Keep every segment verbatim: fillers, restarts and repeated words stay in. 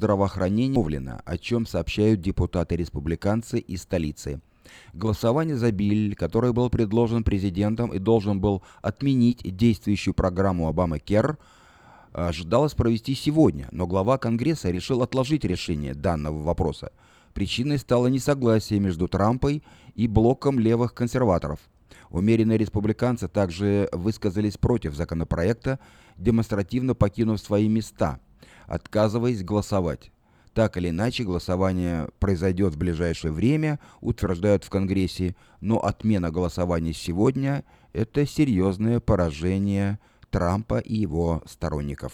здравоохранения объявлено, о чем сообщают депутаты-республиканцы из столицы. Голосование за биль, который был предложен президентом и должен был отменить действующую программу Обама-Кер, ожидалось провести сегодня, но глава Конгресса решил отложить решение данного вопроса. Причиной стало несогласие между Трампом и блоком левых консерваторов. Умеренные республиканцы также высказались против законопроекта, демонстративно покинув свои места, отказываясь голосовать. Так или иначе, голосование произойдет в ближайшее время, утверждают в Конгрессе, но отмена голосования сегодня – это серьезное поражение Трампа и его сторонников.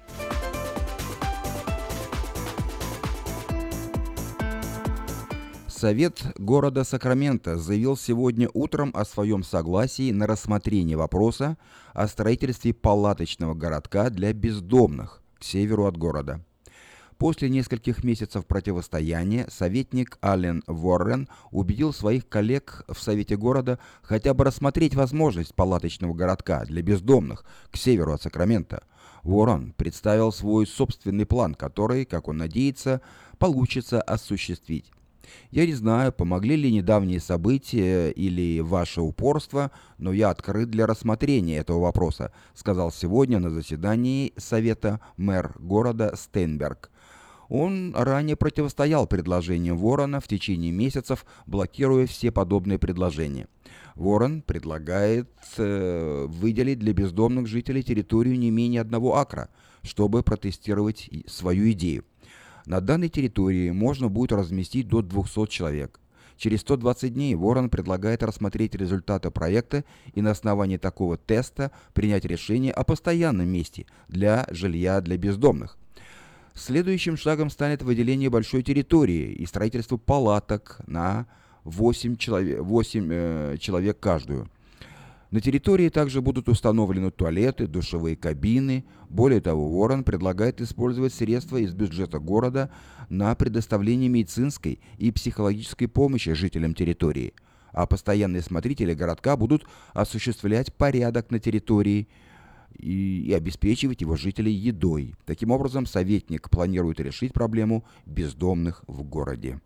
Совет города Сакраменто заявил сегодня утром о своем согласии на рассмотрение вопроса о строительстве палаточного городка для бездомных к северу от города. После нескольких месяцев противостояния советник Ален Уоррен убедил своих коллег в Совете города хотя бы рассмотреть возможность палаточного городка для бездомных к северу от Сакраменто. Уоррен представил свой собственный план, который, как он надеется, получится осуществить. «Я не знаю, помогли ли недавние события или ваше упорство, но я открыт для рассмотрения этого вопроса», сказал сегодня на заседании Совета мэр города Стейнберг. Он ранее противостоял предложениям Уоррена в течение месяцев, блокируя все подобные предложения. Уоррен предлагает э, выделить для бездомных жителей территорию не менее одного акра, чтобы протестировать свою идею. На данной территории можно будет разместить до двухсот человек. Через сто двадцать дней Уоррен предлагает рассмотреть результаты проекта и на основании такого теста принять решение о постоянном месте для жилья для бездомных. Следующим шагом станет выделение большой территории и строительство палаток на восемь человек, восемь, э, человек каждую. На территории также будут установлены туалеты, душевые кабины. Более того, Уоррен предлагает использовать средства из бюджета города на предоставление медицинской и психологической помощи жителям территории. А постоянные смотрители городка будут осуществлять порядок на территории и, и обеспечивать его жителей едой. Таким образом, советник планирует решить проблему бездомных в городе.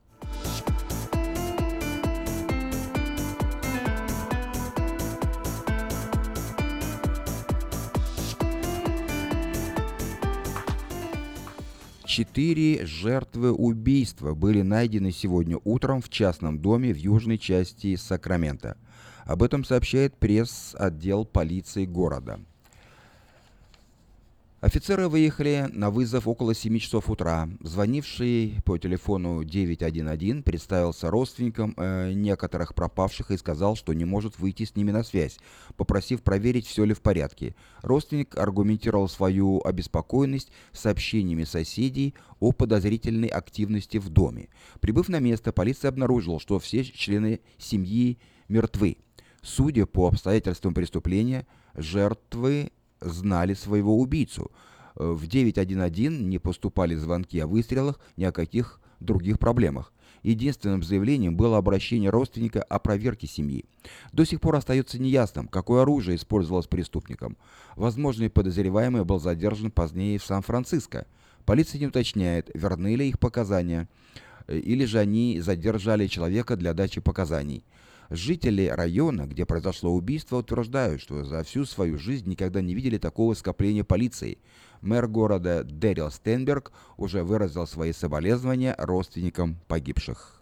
Четыре жертвы убийства были найдены сегодня утром в частном доме в южной части Сакраменто. Об этом сообщает пресс-отдел полиции города. Офицеры выехали на вызов около семи часов утра. Звонивший по телефону девять один один представился родственникам э, некоторых пропавших и сказал, что не может выйти с ними на связь, попросив проверить, все ли в порядке. Родственник аргументировал свою обеспокоенность сообщениями соседей о подозрительной активности в доме. Прибыв на место, полиция обнаружила, что все члены семьи мертвы. Судя по обстоятельствам преступления, жертвы знали своего убийцу. В девять один один не поступали звонки о выстрелах, ни о каких других проблемах. Единственным заявлением было обращение родственника о проверке семьи. До сих пор остается неясным, какое оружие использовалось преступником. Возможный подозреваемый был задержан позднее в Сан-Франциско. Полиция не уточняет, верны ли их показания, или же они задержали человека для дачи показаний. Жители района, где произошло убийство, утверждают, что за всю свою жизнь никогда не видели такого скопления полиции. Мэр города Дэрил Стейнберг уже выразил свои соболезнования родственникам погибших.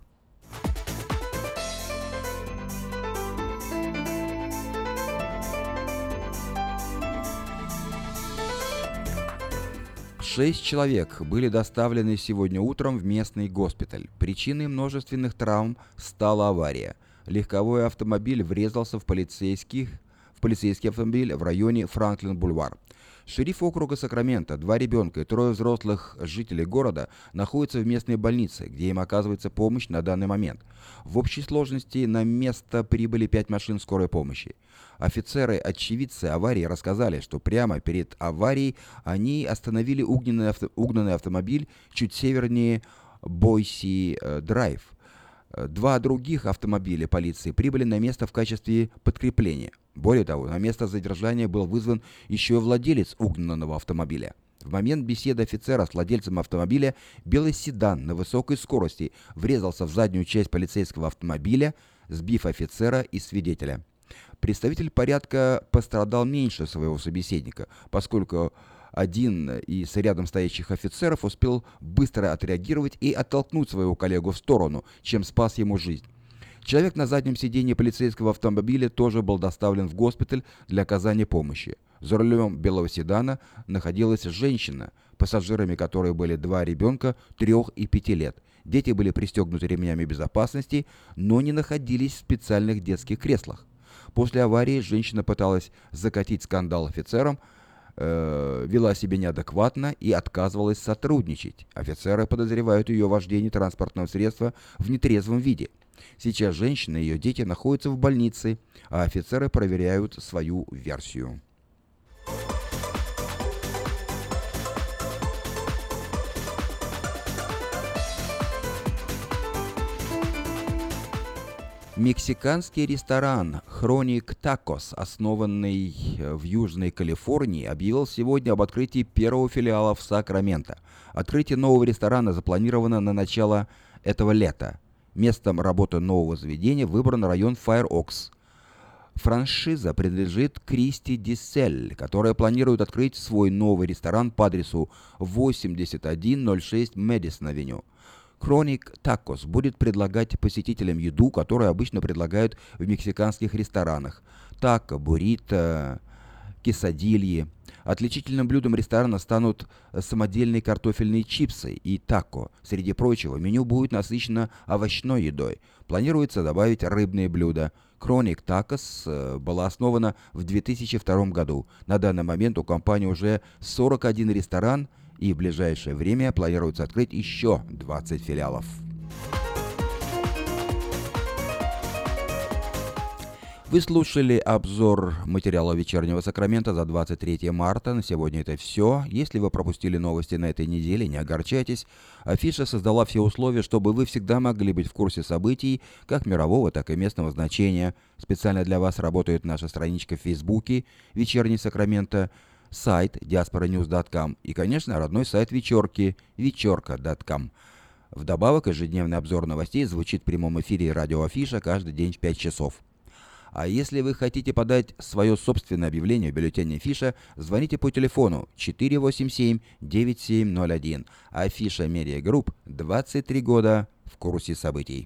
Шесть человек были доставлены сегодня утром в местный госпиталь. Причиной множественных травм стала авария. Легковой автомобиль врезался в, полицейских, в полицейский автомобиль в районе Франклин-Бульвар. Шериф округа Сакраменто, два ребенка и трое взрослых жителей города находятся в местной больнице, где им оказывается помощь на данный момент. В общей сложности на место прибыли пять машин скорой помощи. Офицеры-очевидцы аварии рассказали, что прямо перед аварией они остановили угнанный, авто, угнанный автомобиль чуть севернее Бойси-Драйв. Два других автомобиля полиции прибыли на место в качестве подкрепления. Более того, на место задержания был вызван еще и владелец угнанного автомобиля. В момент беседы офицера с владельцем автомобиля белый седан на высокой скорости врезался в заднюю часть полицейского автомобиля, сбив офицера и свидетеля. Представитель порядка пострадал меньше своего собеседника, поскольку один из рядом стоящих офицеров успел быстро отреагировать и оттолкнуть своего коллегу в сторону, чем спас ему жизнь. Человек на заднем сиденье полицейского автомобиля тоже был доставлен в госпиталь для оказания помощи. За рулем белого седана находилась женщина, пассажирами которой были два ребенка трех и пяти лет. Дети были пристегнуты ремнями безопасности, но не находились в специальных детских креслах. После аварии женщина пыталась закатить скандал офицерам, э, вела себя неадекватно и отказывалась сотрудничать. Офицеры подозревают ее в вождении транспортного средства в нетрезвом виде. Сейчас женщина и ее дети находятся в больнице, а офицеры проверяют свою версию. Мексиканский ресторан Chronic Tacos, основанный в Южной Калифорнии, объявил сегодня об открытии первого филиала в Сакраменто. Открытие нового ресторана запланировано на начало этого лета. Местом работы нового заведения выбран район Файр Окс. Франшиза принадлежит Кристи Диссель, которая планирует открыть свой новый ресторан по адресу восемьдесят один ноль шесть Мэдисон-авеню. Chronic Tacos будет предлагать посетителям еду, которую обычно предлагают в мексиканских ресторанах. Тако, буррито, quesadillas. Отличительным блюдом ресторана станут самодельные картофельные чипсы и тако. Среди прочего, меню будет насыщено овощной едой. Планируется добавить рыбные блюда. Chronic Tacos была основана в две тысячи втором году. На данный момент у компании уже сорок один ресторан, и в ближайшее время планируется открыть еще двадцать филиалов. Вы слушали обзор материала «Вечернего Сакрамента» за двадцать третье марта. На сегодня это все. Если вы пропустили новости на этой неделе, не огорчайтесь. Афиша создала все условия, чтобы вы всегда могли быть в курсе событий как мирового, так и местного значения. Специально для вас работает наша страничка в Фейсбуке «Вечерний Сакрамента», сайт диаспора ньюс точка ком и, конечно, родной сайт вечерки вечерка точка ком. Вдобавок, ежедневный обзор новостей звучит в прямом эфире радио Афиша каждый день в пять часов. А если вы хотите подать свое собственное объявление в бюллетене Афиша, звоните по телефону четыре восемь семь девять семь ноль один. Афиша Медиа Групп, двадцать три года в курсе событий.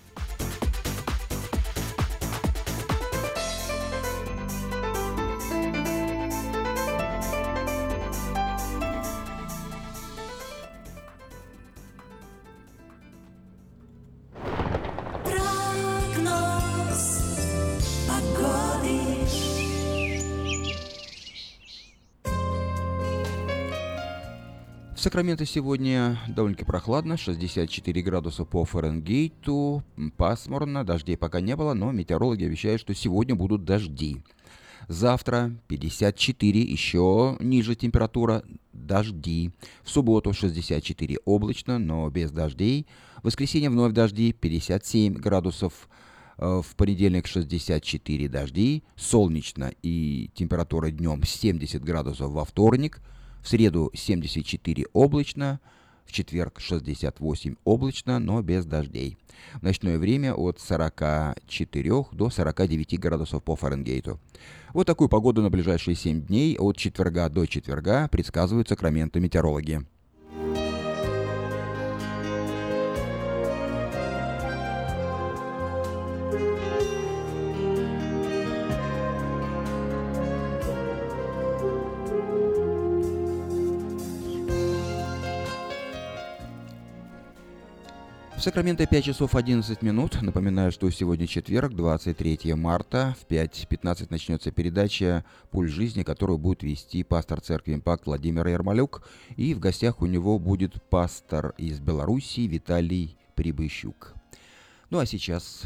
В Сакраменто сегодня довольно-таки прохладно, шестьдесят четыре градуса по Фаренгейту, пасмурно, дождей пока не было, но метеорологи обещают, что сегодня будут дожди. Завтра пятьдесят четыре, еще ниже температура, дожди. В субботу шестьдесят четыре облачно, но без дождей. В воскресенье вновь дожди, пятьдесят семь градусов. В понедельник шестьдесят четыре дожди, солнечно и температура днем семьдесят градусов во вторник. В среду семьдесят четыре облачно, в четверг шестьдесят восемь облачно, но без дождей. В ночное время от сорока четырёх до сорока девяти градусов по Фаренгейту. Вот такую погоду на ближайшие семь дней от четверга до четверга предсказывают Сакраменто метеорологи. В Сакраменто пять часов одиннадцать минут. Напоминаю, что сегодня четверг, двадцать третье марта. В пять пятнадцать начнется передача «Пульс жизни», которую будет вести пастор церкви «Импакт» Владимир Ярмолюк. И в гостях у него будет пастор из Беларуси Виталий Прибыщук. Ну а сейчас...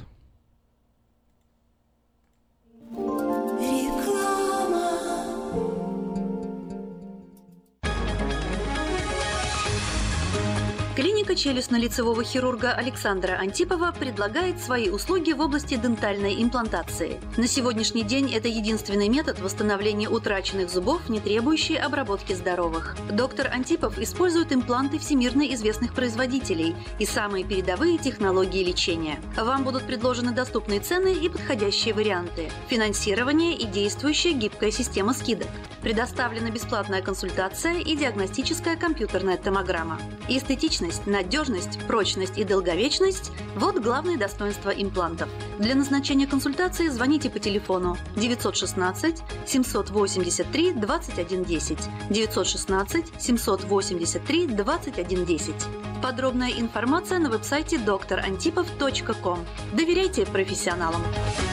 Клиника челюстно-лицевого хирурга Александра Антипова предлагает свои услуги в области дентальной имплантации. На сегодняшний день это единственный метод восстановления утраченных зубов, не требующий обработки здоровых. Доктор Антипов использует импланты всемирно известных производителей и самые передовые технологии лечения. Вам будут предложены доступные цены и подходящие варианты, финансирование и действующая гибкая система скидок. Предоставлена бесплатная консультация и диагностическая компьютерная томограмма. Эстетичность, надежность, прочность и долговечность – вот главные достоинства имплантов. Для назначения консультации звоните по телефону девятьсот шестнадцать семьсот восемьдесят три двадцать один десять, девятьсот шестнадцать семьсот восемьдесят три двадцать один десять. Подробная информация на веб-сайте доктор антипов точка ком. Доверяйте профессионалам.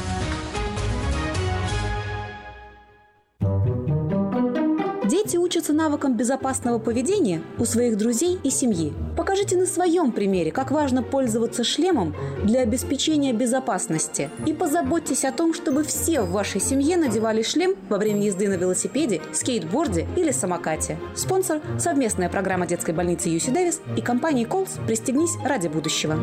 Дети учатся навыкам безопасного поведения у своих друзей и семьи. Покажите на своем примере, как важно пользоваться шлемом для обеспечения безопасности. И позаботьтесь о том, чтобы все в вашей семье надевали шлем во время езды на велосипеде, скейтборде или самокате. Спонсор – совместная программа детской больницы Ю Си Дэвис и компании Колс «Пристегнись ради будущего».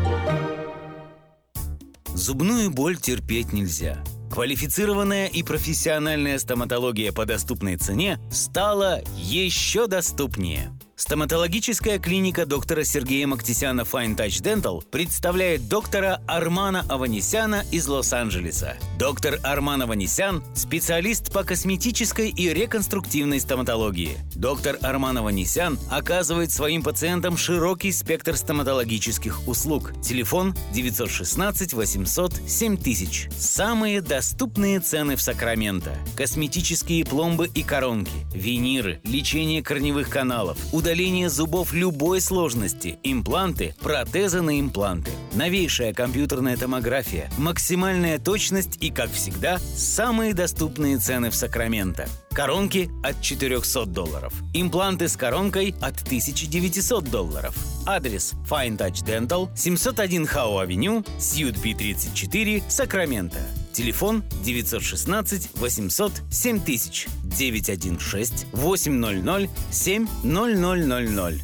Зубную боль терпеть нельзя. Квалифицированная и профессиональная стоматология по доступной цене стала еще доступнее. Стоматологическая клиника доктора Сергея Мактисяна Fine Touch Dental представляет доктора Армана Аванесяна из Лос-Анджелеса. Доктор Арман Аванесян – специалист по косметической и реконструктивной стоматологии. Доктор Арман Аванесян оказывает своим пациентам широкий спектр стоматологических услуг. Телефон девятьсот шестнадцать восемьсот семь тысяч. Самые доступные цены в Сакраменто. Косметические пломбы и коронки, виниры, лечение корневых каналов, удаление зубов любой сложности, импланты, протезы на импланты, новейшая компьютерная томография, максимальная точность и, как всегда, самые доступные цены в Сакраменто. Коронки от четырехсот долларов. Импланты с коронкой от тысяча девятьсот долларов. Адрес Fine Touch Dental, семьсот один Хау-авеню, Сьют Би тридцать четыре, Сакраменто. Телефон девятьсот шестнадцать восемьсот семь тысяч, девятьсот шестнадцать восемьсот семь ноль ноль ноль ноль.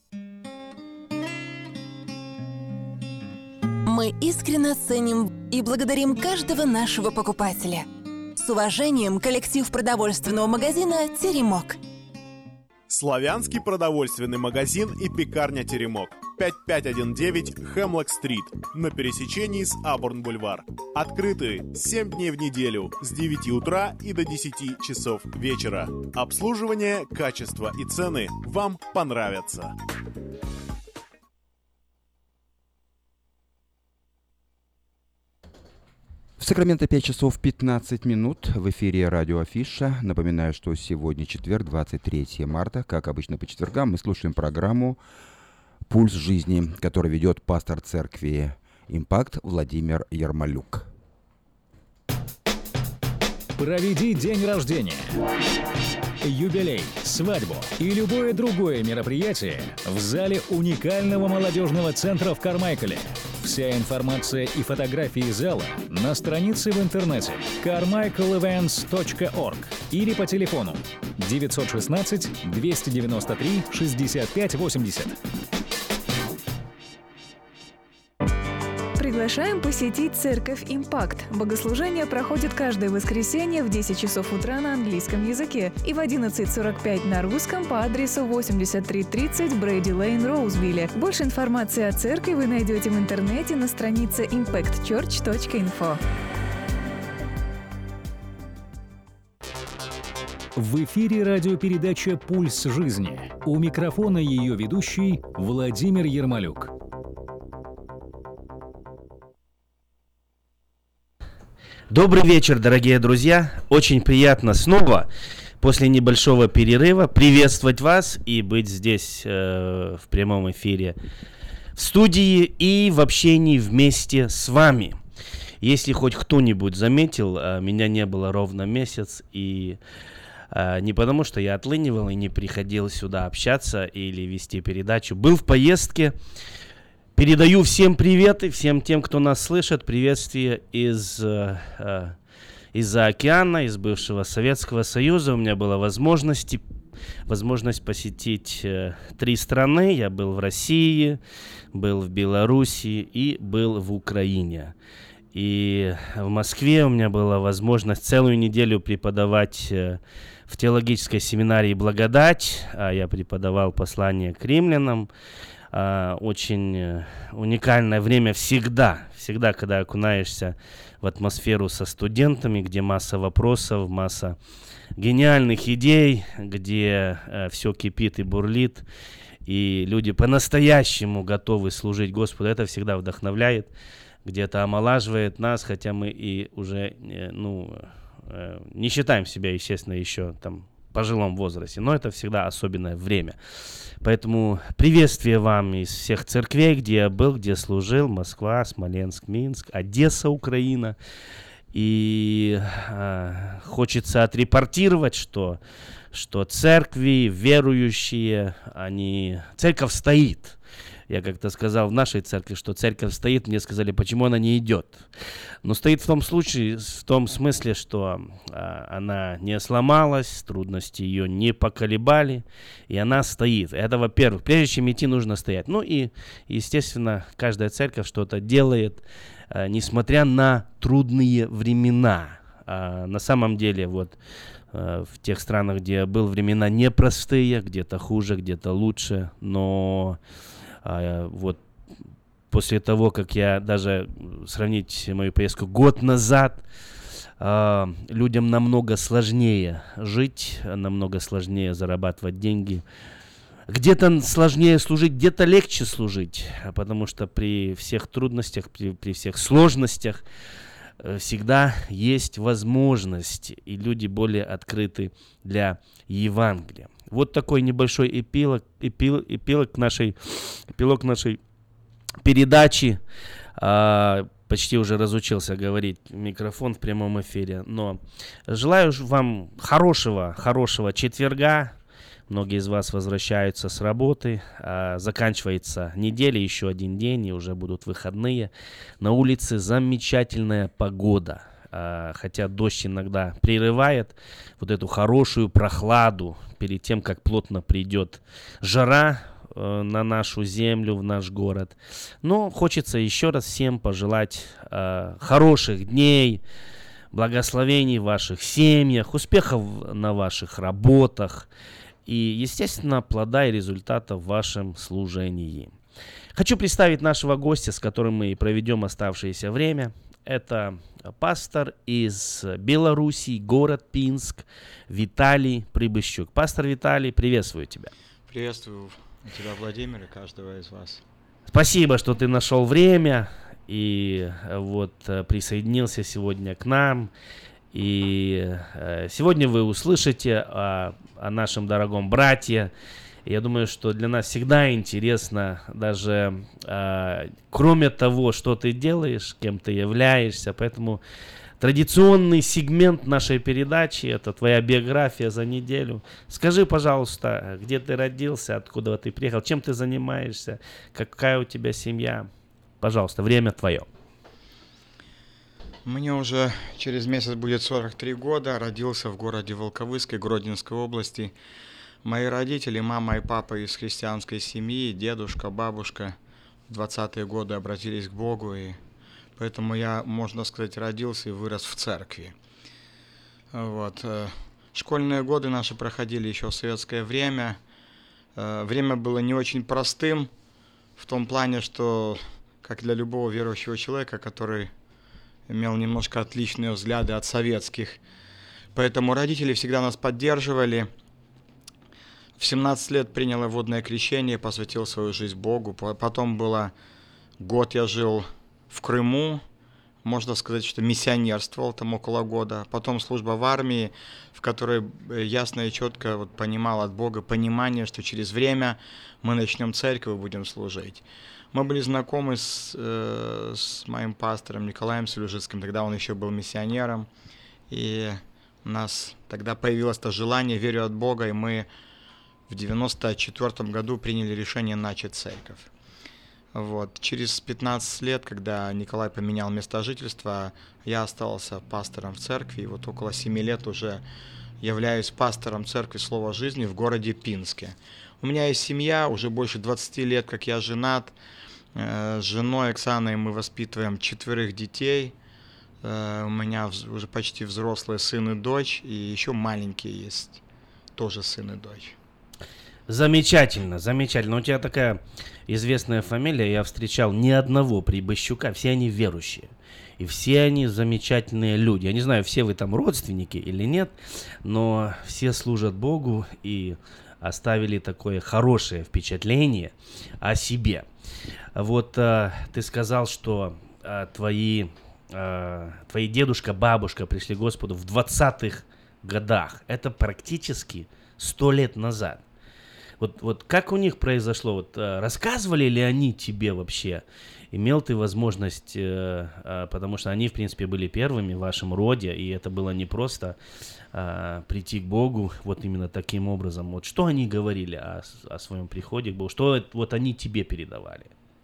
Мы искренне ценим и благодарим каждого нашего покупателя. С уважением, коллектив продовольственного магазина «Теремок». Славянский продовольственный магазин и пекарня «Теремок». пять пять один девять Хемлок-стрит на пересечении с Абурн-бульвар. Открыты семь дней в неделю с девяти утра и до десяти часов вечера. Обслуживание, качество и цены вам понравятся. В Сакраменто пять часов пятнадцать минут. В эфире радио Афиша. Напоминаю, что сегодня четверг, двадцать третьего марта. Как обычно по четвергам мы слушаем программу «Пульс жизни», которую ведет пастор церкви «Импакт» Владимир Ермолюк. Проведи день рождения, юбилей, свадьбу и любое другое мероприятие в зале уникального молодежного центра в Кармайкале. Вся информация и фотографии зала на странице в интернете кармайкл ивентс точка орг или по телефону девятьсот шестнадцать двести девяносто три шестьдесят пять восемьдесят. Приглашаем посетить церковь «Импакт». Богослужение проходит каждое воскресенье в десять часов утра на английском языке и в одиннадцать сорок пять на русском по адресу восемьдесят три тридцать Брейди Лейн, Роузвилле. Больше информации о церкви вы найдете в интернете на странице импакт черч точка инфо. В эфире радиопередача «Пульс жизни». У микрофона ее ведущий Владимир Ермолюк. Добрый вечер, дорогие друзья. Очень приятно снова, после небольшого перерыва, приветствовать вас и быть здесь э, в прямом эфире, в студии и в общении вместе с вами. Если хоть кто-нибудь заметил, э, меня не было ровно месяц, и э, не потому, что я отлынивал и не приходил сюда общаться или вести передачу. Был в поездке. Передаю всем привет и всем тем, кто нас слышит. Приветствие из, э, э, из-за океана, из бывшего Советского Союза. У меня была возможность возможность посетить э, три страны. Я был в России, был в Беларуси и был в Украине. И в Москве у меня была возможность целую неделю преподавать э, в теологической семинарии «Благодать». А я преподавал послание к римлянам. А, очень э, уникальное время всегда, всегда, когда окунаешься в атмосферу со студентами, где масса вопросов, масса гениальных идей, где э, все кипит и бурлит, и люди по-настоящему готовы служить Господу. Это всегда вдохновляет, где-то омолаживает нас, хотя мы и уже э, ну, э, не считаем себя, естественно, еще там в пожилом возрасте, но это всегда особенное время. Поэтому приветствие вам из всех церквей, где я был, где служил: Москва, Смоленск, Минск, Одесса, Украина. И э, хочется отрепортировать, что, что церкви, верующие, они... Церковь стоит. Я как-то сказал в нашей церкви, что церковь стоит. Мне сказали, почему она не идет. Но стоит в том случае, в том смысле, что а, она не сломалась, трудности ее не поколебали, и она стоит. Это, во-первых, прежде чем идти, нужно стоять. Ну и, естественно, каждая церковь что-то делает, а, несмотря на трудные времена. А, на самом деле, вот а, в тех странах, где я был, времена непростые, где-то хуже, где-то лучше, но... А, вот после того, как я даже сравнить мою поездку год назад, а, людям намного сложнее жить, намного сложнее зарабатывать деньги. Где-то сложнее служить, где-то легче служить, потому что при всех трудностях, при, при всех сложностях всегда есть возможность, и люди более открыты для Евангелия. Вот такой небольшой эпилог, эпилог, эпилог, нашей, эпилог нашей передачи. А, почти уже разучился говорить в микрофон в прямом эфире. Но желаю вам хорошего, хорошего четверга. Многие из вас возвращаются с работы. А, заканчивается неделя, еще один день, и уже будут выходные. На улице замечательная погода. А, хотя дождь иногда прерывает вот эту хорошую прохладу перед тем, как плотно придет жара э, на нашу землю, в наш город. Но хочется еще раз всем пожелать э, хороших дней, благословений в ваших семьях, успехов на ваших работах и, естественно, плода и результата в вашем служении. Хочу представить нашего гостя, с которым мы проведем оставшееся время. Это пастор из Беларуси, город Пинск, Виталий Прибыщук. Пастор Виталий, приветствую тебя. Приветствую тебя, Владимир, и каждого из вас. Спасибо, что ты нашел время и вот присоединился сегодня к нам. И сегодня вы услышите о, о нашем дорогом брате. Я думаю, что для нас всегда интересно, даже э, кроме того, что ты делаешь, кем ты являешься. Поэтому традиционный сегмент нашей передачи – это твоя биография за неделю. Скажи, пожалуйста, где ты родился, откуда ты приехал, чем ты занимаешься, какая у тебя семья. Пожалуйста, время твое. Мне уже через месяц будет сорок три года. Родился в городе Волковыске, Гродненской области. Мои родители, мама и папа из христианской семьи, дедушка, бабушка в двадцатые годы обратились к Богу, и поэтому я, можно сказать, родился и вырос в церкви. Вот. Школьные годы наши проходили еще в советское время. Время было не очень простым, в том плане, что, как для любого верующего человека, который имел немножко отличные взгляды от советских, поэтому родители всегда нас поддерживали. В семнадцать лет принял водное крещение, посвятил свою жизнь Богу. Потом было год я жил в Крыму, можно сказать, что миссионерствовал там около года. Потом служба в армии, в которой ясно и четко вот понимал от Бога понимание, что через время мы начнем церковь и будем служить. Мы были знакомы с, э, с моим пастором Николаем Солюжицким, тогда он еще был миссионером. И у нас тогда появилось то желание, верю от Бога, и мы в девяносто четвёртом году приняли решение начать церковь. Вот. Через пятнадцать лет, когда Николай поменял место жительства, я остался пастором в церкви, и вот около семи лет уже являюсь пастором Церкви Слова Жизни в городе Пинске. У меня есть семья, уже больше двадцати лет, как я женат. С женой Оксаной мы воспитываем четверых детей. У меня уже почти взрослые сын и дочь, и еще маленькие есть, тоже сын и дочь. Замечательно, замечательно. У тебя такая известная фамилия, я встречал ни одного Прибыщука, все они верующие. И все они замечательные люди. Я не знаю, все вы там родственники или нет, но все служат Богу и оставили такое хорошее впечатление о себе. Вот а, ты сказал, что а, твои, а, твои дедушка, бабушка пришли к Господу в двадцатых годах. Это практически сто лет назад. Вот, вот как у них произошло? Вот, а, рассказывали ли они тебе вообще? Имел ты возможность, а, а, потому что они, в принципе, были первыми в вашем роде, и это было не просто а, прийти к Богу вот именно таким образом. Вот что они говорили о, о своем приходе к Богу? Что вот они тебе передавали?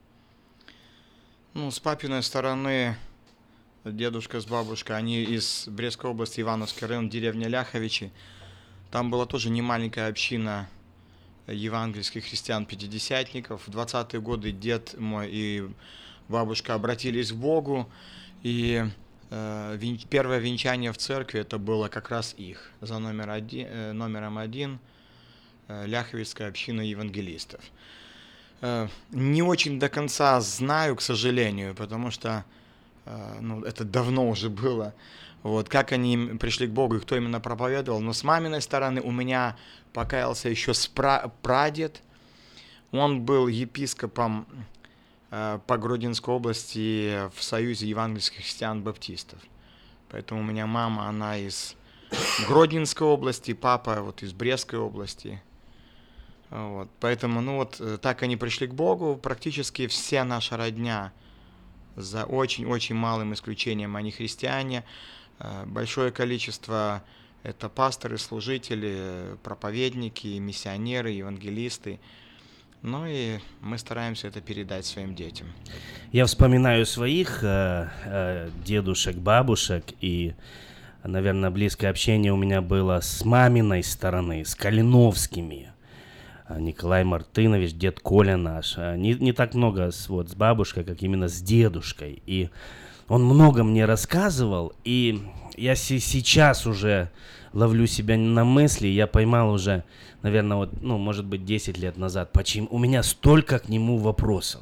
Ну, с папиной стороны, дедушка с бабушкой, они из Брестской области, Ивановский район, деревня Ляховичи. Там была тоже немаленькая община евангельских христиан-пятидесятников. В двадцатые годы дед мой и бабушка обратились к Богу, и э, вен... первое венчание в церкви это было как раз их, за номер один, э, номером один э, Ляховицкая община евангелистов. Э, не очень до конца знаю, к сожалению, потому что э, ну, это давно уже было. Вот, как они пришли к Богу и кто именно проповедовал. Но с маминой стороны у меня покаялся еще спра- прадед. Он был епископом э, по Гродненской области в Союзе евангельских христиан-баптистов. Поэтому у меня мама, она из Гродненской области, папа вот из Брестской области. Вот, поэтому, ну вот, так они пришли к Богу. Практически вся наша родня, за очень-очень малым исключением, они христиане. Большое количество это пасторы, служители, проповедники, миссионеры, евангелисты. Ну и мы стараемся это передать своим детям. Я вспоминаю своих э, э, дедушек, бабушек, и, наверное, близкое общение у меня было с маминой стороны, с Калиновскими. Николай Мартынович, дед Коля наш. Не, не так много с, вот, с бабушкой, как именно с дедушкой. И он много мне рассказывал, и я с- сейчас уже ловлю себя на мысли, я поймал уже, наверное, вот, ну, может быть, десять лет назад, почему у меня столько к нему вопросов.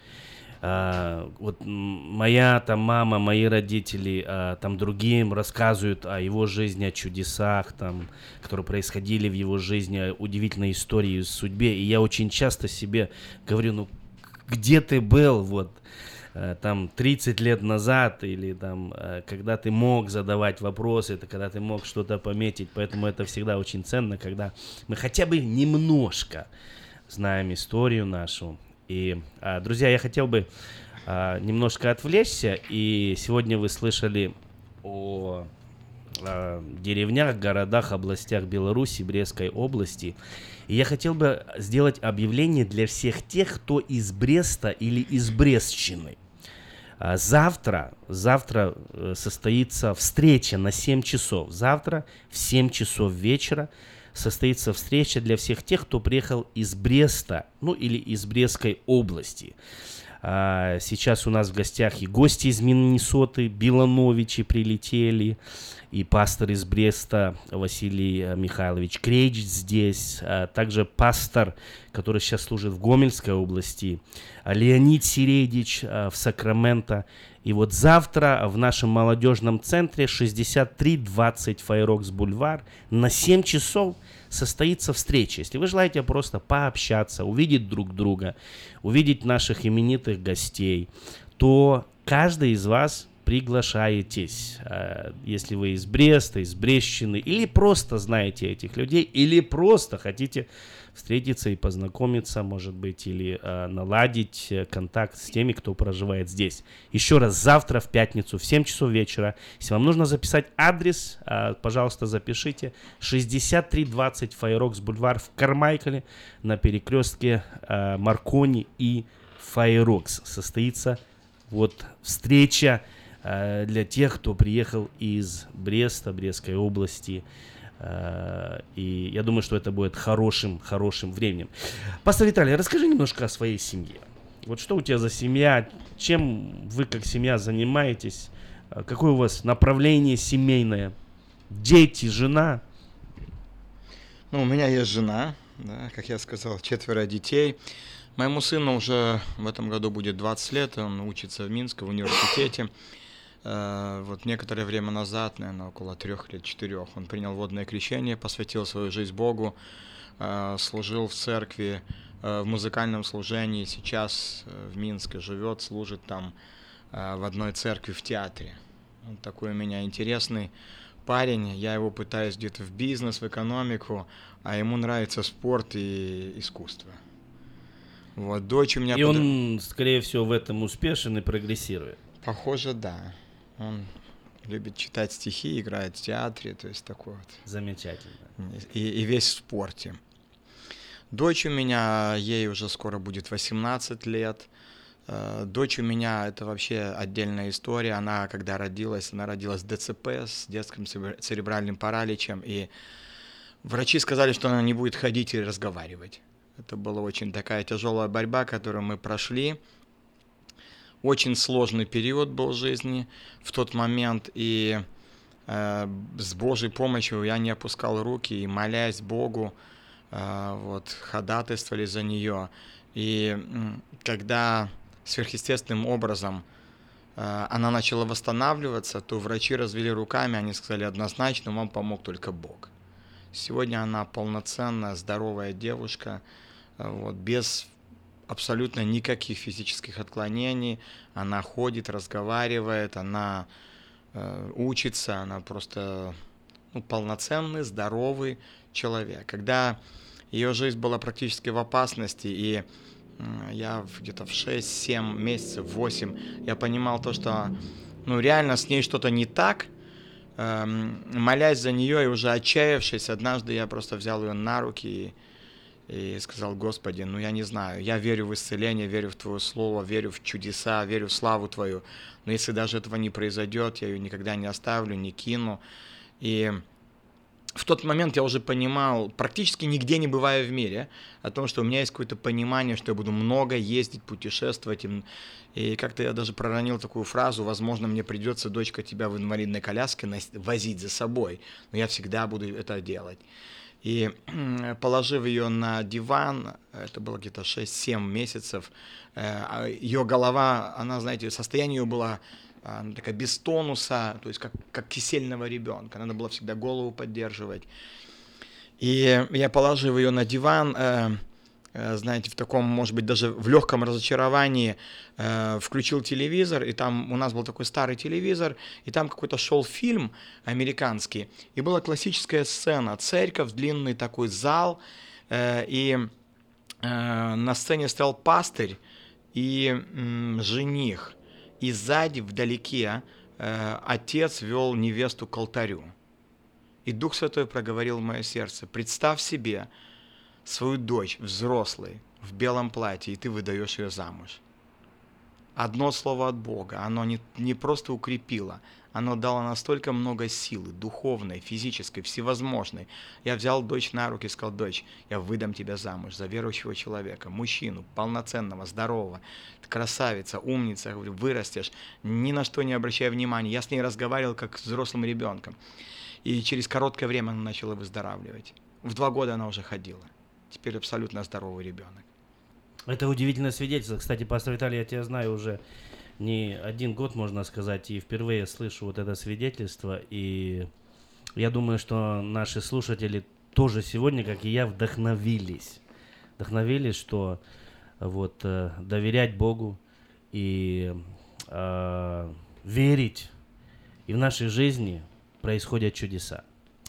А, вот моя там мама, мои родители, а, там другим рассказывают о его жизни, о чудесах, там, которые происходили в его жизни, о удивительной истории, судьбе, и я очень часто себе говорю, ну, где ты был, вот, там тридцать лет назад, или там, когда ты мог задавать вопросы, это когда ты мог что-то пометить, поэтому это всегда очень ценно, когда мы хотя бы немножко знаем историю нашу. И, друзья, я хотел бы немножко отвлечься, и сегодня вы слышали о деревнях, городах, областях Беларуси, Брестской области. И я хотел бы сделать объявление для всех тех, кто из Бреста или из Брестщины. Завтра, завтра состоится встреча на семь часов. Завтра в семь часов вечера состоится встреча для всех тех, кто приехал из Бреста, ну или из Брестской области. Сейчас у нас в гостях и гости из Миннесоты, Билановичи прилетели, и пастор из Бреста Василий Михайлович Крейч здесь, а также пастор, который сейчас служит в Гомельской области, Леонид Середич в Сакраменто. И вот завтра в нашем молодежном центре шестьдесят три двадцать Файрокс Бульвар на семь часов состоится встреча. Если вы желаете просто пообщаться, увидеть друг друга, увидеть наших именитых гостей, то каждый из вас приглашаетесь. Если вы из Бреста, из Брестщины, или просто знаете этих людей, или просто хотите встретиться и познакомиться, может быть, или э, наладить контакт с теми, кто проживает здесь. Еще раз, завтра в пятницу в семь часов вечера. Если вам нужно записать адрес, э, пожалуйста, запишите. шестьдесят три двадцать Файрокс Бульвар в Кармайкале на перекрестке э, Маркони и Файрокс. Состоится вот встреча э, для тех, кто приехал из Бреста, Брестской области. И я думаю, что это будет хорошим, хорошим временем. Пастор Виталий, расскажи немножко о своей семье. Вот что у тебя за семья, чем вы как семья занимаетесь, какое у вас направление семейное, дети, жена? Ну, у меня есть жена, да, как я сказал, четверо детей. Моему сыну уже в этом году будет двадцать лет, он учится в Минске в университете. Вот некоторое время назад, наверное, около трех или четырех, он принял водное крещение, посвятил свою жизнь Богу, служил в церкви, в музыкальном служении, сейчас в Минске живет, служит там в одной церкви в театре. Он такой у меня интересный парень, я его пытаюсь где-то в бизнес, в экономику, а ему нравится спорт и искусство. Вот, дочь у меня... И под... он, скорее всего, в этом успешен и прогрессирует. Похоже, да. Он любит читать стихи, играет в театре, то есть такой вот. Замечательно. И, и весь в спорте. Дочь у меня, ей уже скоро будет восемнадцать лет. Дочь у меня, это вообще отдельная история. Она, когда родилась, она родилась с ДЦП, с детским церебральным параличем. И врачи сказали, что она не будет ходить и разговаривать. Это была очень такая тяжелая борьба, которую мы прошли. Очень сложный период был в жизни в тот момент, и э, с Божьей помощью я не опускал руки, и молясь Богу, э, вот, ходатайствовали за нее. И э, когда сверхъестественным образом э, она начала восстанавливаться, то врачи развели руками, они сказали однозначно, вам помог только Бог. Сегодня она полноценная, здоровая девушка, э, вот, без абсолютно никаких физических отклонений, она ходит, разговаривает, она э, учится, она просто ну, полноценный, здоровый человек. Когда ее жизнь была практически в опасности, и э, я где-то в шесть-семь месяцев, восемь, я понимал то, что ну, реально с ней что-то не так, э, молясь за нее и уже отчаявшись, однажды я просто взял ее на руки и И сказал: Господи, ну я не знаю, я верю в исцеление, верю в Твое Слово, верю в чудеса, верю в славу Твою, но если даже этого не произойдет, я ее никогда не оставлю, не кину. И в тот момент я уже понимал, практически нигде не бывая в мире, о том, что у меня есть какое-то понимание, что я буду много ездить, путешествовать. И как-то я даже проронил такую фразу: возможно, мне придется, дочка, тебя в инвалидной коляске возить за собой, но я всегда буду это делать. И положив ее на диван, это было где-то шесть-семь месяцев, ее голова, она, знаете, состояние ее было она такая без тонуса, то есть как, как кисельного ребенка, надо было всегда голову поддерживать. И я, положив ее на диван, знаете, в таком, может быть, даже в легком разочаровании, э, включил телевизор, и там у нас был такой старый телевизор, и там какой-то шел фильм американский, и была классическая сцена, церковь, длинный такой зал, э, и э, на сцене стоял пастырь и э, жених, и сзади, вдалеке, э, отец вел невесту к алтарю. И Дух Святой проговорил в мое сердце: представь себе свою дочь, взрослой, в белом платье, и ты выдаешь ее замуж. Одно слово от Бога, оно не, не просто укрепило, оно дало настолько много силы, духовной, физической, всевозможной. Я взял дочь на руки и сказал: дочь, я выдам тебя замуж за верующего человека, мужчину, полноценного, здорового, красавица, умница, говорю, вырастешь, ни на что не обращая внимания. Я с ней разговаривал как с взрослым ребенком. И через короткое время она начала выздоравливать. В два года она уже ходила. Теперь абсолютно здоровый ребенок. Это удивительное свидетельство. Кстати, пастор Виталий, я тебя знаю уже не один год, можно сказать, и впервые слышу вот это свидетельство. И я думаю, что наши слушатели тоже сегодня, как и я, вдохновились. Вдохновились, что вот э, доверять Богу и э, верить. И в нашей жизни происходят чудеса.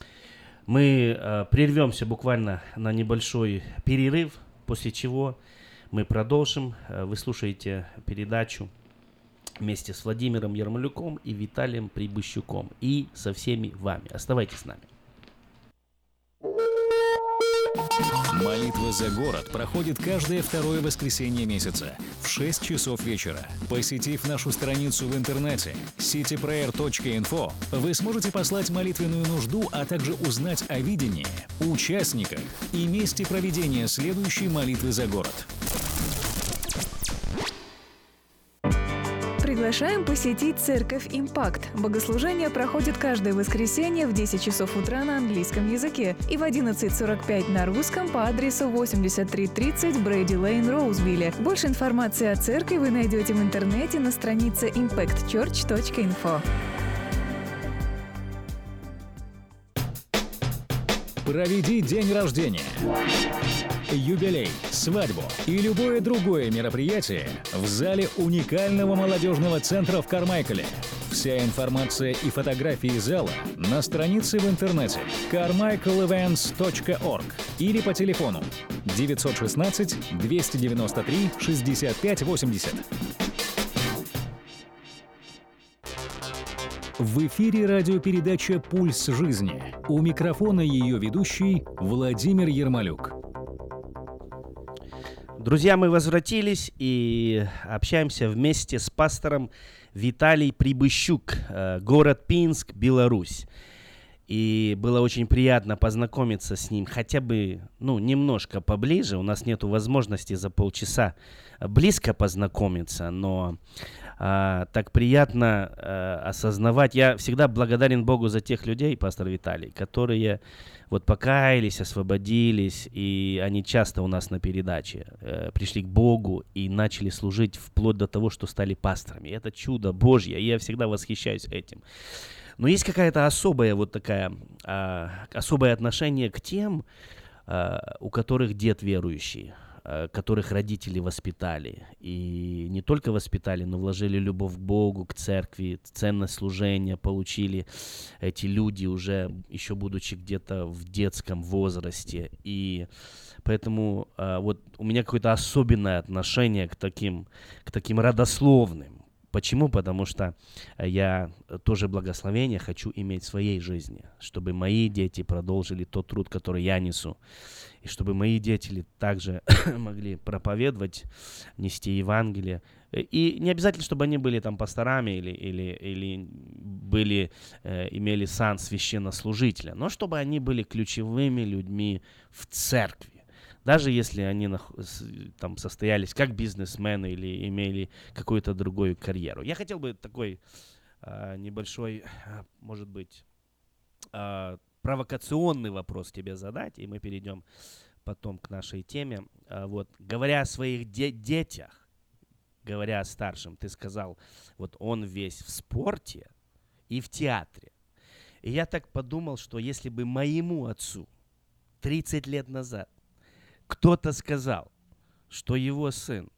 Мы э, прервемся буквально на небольшой перерыв, после чего мы продолжим. Вы слушаете передачу вместе с Владимиром Ермолюком и Виталием Прибыщуком. И со всеми вами. Оставайтесь с нами. Молитва за город проходит каждое второе воскресенье месяца в шесть часов вечера. Посетив нашу страницу в интернете сити преер точка инфо, вы сможете послать молитвенную нужду, а также узнать о видении, участниках и месте проведения следующей молитвы за город. Приглашаем посетить церковь «Импакт». Богослужение проходит каждое воскресенье в десять часов утра на английском языке и в одиннадцать сорок пять на русском по адресу восемьдесят три тридцать Брейди Лейн, Роузвилле. Больше информации о церкви вы найдете в интернете на странице импакт черч точка инфо. Проведи день рождения, юбилей, свадьбу и любое другое мероприятие в зале уникального молодежного центра в Кармайкале. Вся информация и фотографии зала на странице в интернете кармайкл ивентс точка орг или по телефону девятьсот шестнадцать двести девяносто три шестьдесят пять восемьдесят. В эфире радиопередача «Пульс жизни». У микрофона ее ведущий Владимир Ермолюк. Друзья, мы возвратились и общаемся вместе с пастором Виталий Прибыщук, город Пинск, Беларусь. И было очень приятно познакомиться с ним хотя бы, ну, немножко поближе. У нас нет возможности за полчаса близко познакомиться, но а, так приятно а, осознавать. Я всегда благодарен Богу за тех людей, пастор Виталий, которые вот покаялись, освободились, и они часто у нас на передаче э, пришли к Богу и начали служить вплоть до того, что стали пасторами. Это чудо Божье, и я всегда восхищаюсь этим. Но есть какая-то особая вот такая, а, особое отношение к тем, а, у которых дед верующий, а, которых родители воспитали. И не только воспитали, но вложили любовь к Богу, к церкви, ценность служения получили эти люди уже, еще будучи где-то в детском возрасте. И поэтому а, вот у меня какое-то особенное отношение к таким, к таким родословным. Почему? Потому что я тоже благословение хочу иметь в своей жизни, чтобы мои дети продолжили тот труд, который я несу, и чтобы мои дети также могли проповедовать, нести Евангелие. И не обязательно, чтобы они были там пасторами или, или, или были, э, имели сан священнослужителя, но чтобы они были ключевыми людьми в церкви. Даже если они там состоялись как бизнесмены или имели какую-то другую карьеру. Я хотел бы такой а, небольшой, может быть, а, провокационный вопрос тебе задать, и мы перейдем потом к нашей теме. А, вот, говоря о своих де- детях, говоря о старшем, ты сказал, вот он весь в спорте и в театре. И я так подумал, что если бы моему отцу тридцать лет назад кто-то сказал, что его сын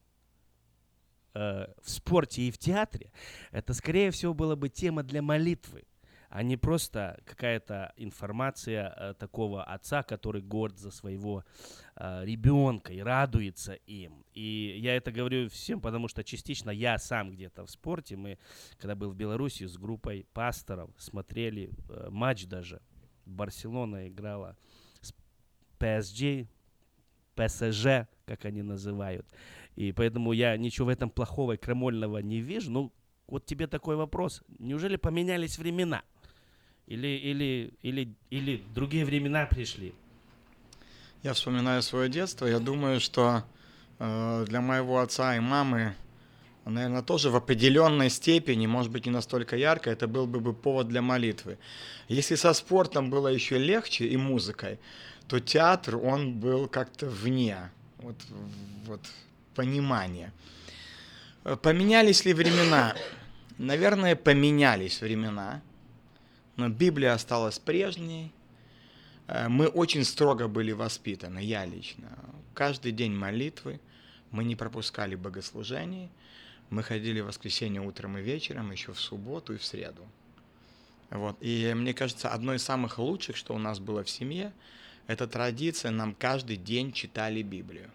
э, в спорте и в театре, это, скорее всего, была бы тема для молитвы, а не просто какая-то информация э, такого отца, который горд за своего э, ребенка и радуется им. И я это говорю всем, потому что частично я сам где-то в спорте. Мы, когда был в Беларуси с группой пасторов, смотрели э, матч даже. Барселона играла с пэ эс джи, пэ эс жэ, как они называют. И поэтому я ничего в этом плохого и крамольного не вижу. Ну, вот тебе такой вопрос. Неужели поменялись времена? Или, или, или, или другие времена пришли? Я вспоминаю свое детство. Я думаю, что э, для моего отца и мамы, наверное, тоже в определенной степени, может быть, не настолько ярко, это был бы повод для молитвы. Если со спортом было еще легче и музыкой, то театр, он был как-то вне вот, вот, понимания. Поменялись ли времена? Наверное, поменялись времена, но Библия осталась прежней. Мы очень строго были воспитаны, я лично. Каждый день молитвы, мы не пропускали богослужений, мы ходили в воскресенье утром и вечером, еще в субботу и в среду. Вот. И мне кажется, одно из самых лучших, что у нас было в семье, это традиция, нам каждый день читали Библию.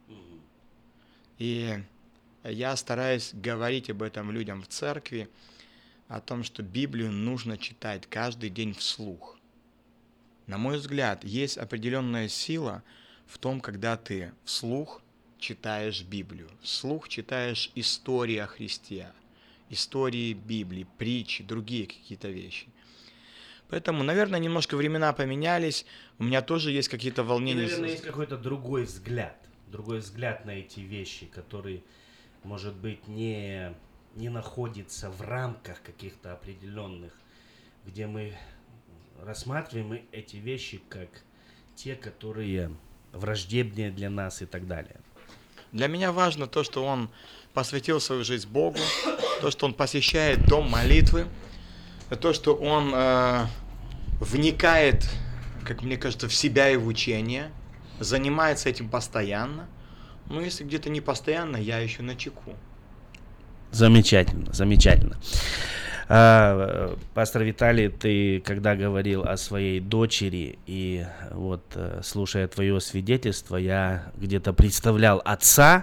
И я стараюсь говорить об этом людям в церкви, о том, что Библию нужно читать каждый день вслух. На мой взгляд, есть определенная сила в том, когда ты вслух читаешь Библию, вслух читаешь истории о Христе, истории Библии, притчи, другие какие-то вещи. Поэтому, наверное, немножко времена поменялись, у меня тоже есть какие-то волнения. И, наверное, есть какой-то другой взгляд, другой взгляд на эти вещи, который, может быть, не, не находится в рамках каких-то определенных, где мы рассматриваем эти вещи как те, которые враждебнее для нас и так далее. Для меня важно то, что он посвятил свою жизнь Богу, то, что он посещает дом молитвы, то, что он э, вникает, как мне кажется, в себя и в учение, занимается этим постоянно. Но если где-то не постоянно, я еще начеку. Замечательно, замечательно. А, пастор Виталий, ты когда говорил о своей дочери и вот слушая твое свидетельство, я где-то представлял отца,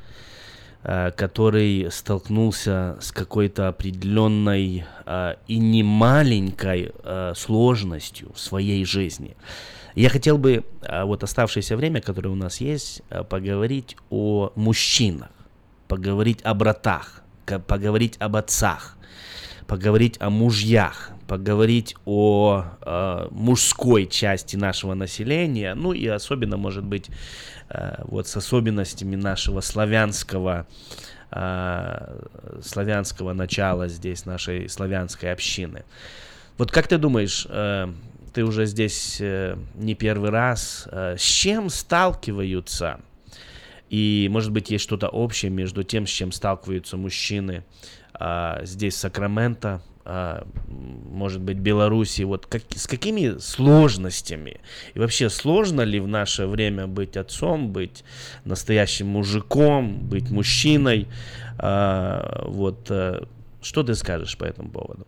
который столкнулся с какой-то определенной и немаленькой сложностью в своей жизни. Я хотел бы вот оставшееся время, которое у нас есть, поговорить о мужчинах, поговорить о братах, поговорить об отцах, поговорить о мужьях, поговорить о э, мужской части нашего населения, ну и особенно, может быть, э, вот с особенностями нашего славянского, э, славянского начала здесь, нашей славянской общины. Вот как ты думаешь, э, ты уже здесь э, не первый раз, э, с чем сталкиваются, и, может быть, есть что-то общее между тем, с чем сталкиваются мужчины э, здесь, в Сакраменто, может быть, Беларуси, вот как, с какими сложностями? И вообще, сложно ли в наше время быть отцом, быть настоящим мужиком, быть мужчиной? А, вот, а, что ты скажешь по этому поводу?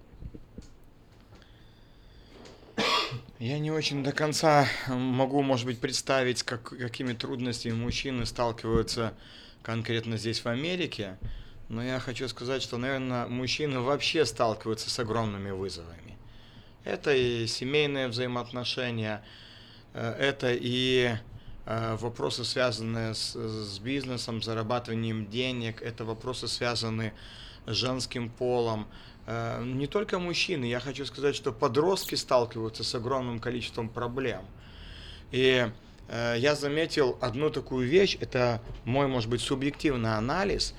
Я не очень до конца могу, может быть, представить, как, какими трудностями мужчины сталкиваются конкретно здесь, в Америке. Но я хочу сказать, что, наверное, мужчины вообще сталкиваются с огромными вызовами. Это и семейные взаимоотношения, это и вопросы, связанные с, с бизнесом, зарабатыванием денег, это вопросы, связанные с женским полом. Не только мужчины, я хочу сказать, что подростки сталкиваются с огромным количеством проблем. И я заметил одну такую вещь, это мой, может быть, субъективный анализ.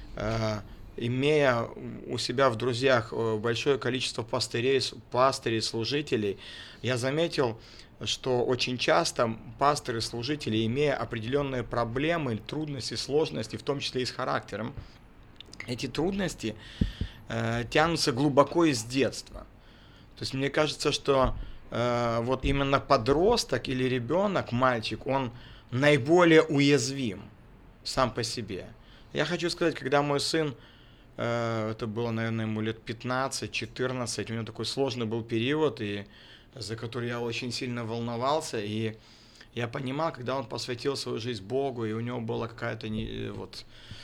Имея у себя в друзьях большое количество пастырей, пастырей, служителей, я заметил, что очень часто пасторы, служители, имея определенные проблемы, трудности, сложности, в том числе и с характером, эти трудности э, тянутся глубоко из детства. То есть мне кажется, что э, вот именно подросток или ребенок, мальчик, он наиболее уязвим сам по себе. Я хочу сказать, когда мой сын, э, это было, наверное, ему лет пятнадцать-четырнадцать, у него такой сложный был период, и за который я очень сильно волновался, и я понимал, когда он посвятил свою жизнь Богу, и у него была какая-то не, вот,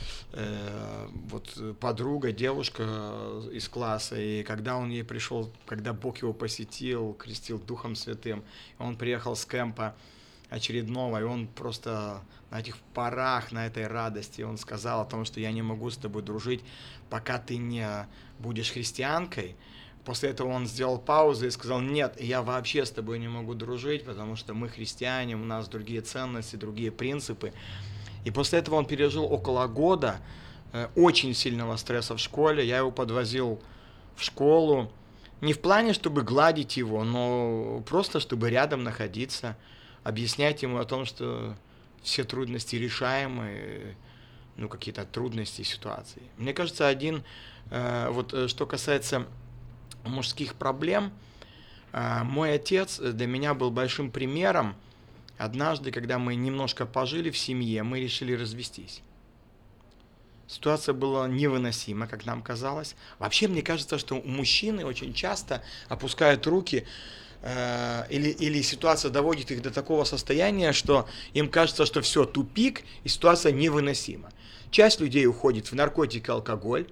э, вот подруга, девушка из класса, и когда он ей пришел, когда Бог его посетил, крестил Духом Святым, он приехал с кемпа очередного, и он просто на этих парах, на этой радости, он сказал о том, что я не могу с тобой дружить, пока ты не будешь христианкой. После этого он сделал паузу и сказал: нет, я вообще с тобой не могу дружить, потому что мы христиане, у нас другие ценности, другие принципы. И после этого он пережил около года э, очень сильного стресса в школе. Я его подвозил в школу, не в плане, чтобы гладить его, но просто, чтобы рядом находиться, объяснять ему о том, что все трудности решаемы, ну, какие-то трудности ситуации. Мне кажется, один, э, вот что касается мужских проблем, э, мой отец для меня был большим примером. Однажды, когда мы немножко пожили в семье, мы решили развестись. Ситуация была невыносима, как нам казалось. Вообще, мне кажется, что мужчины очень часто опускают руки, Или, или ситуация доводит их до такого состояния, что им кажется, что все, тупик, и ситуация невыносима. Часть людей уходит в наркотики, алкоголь,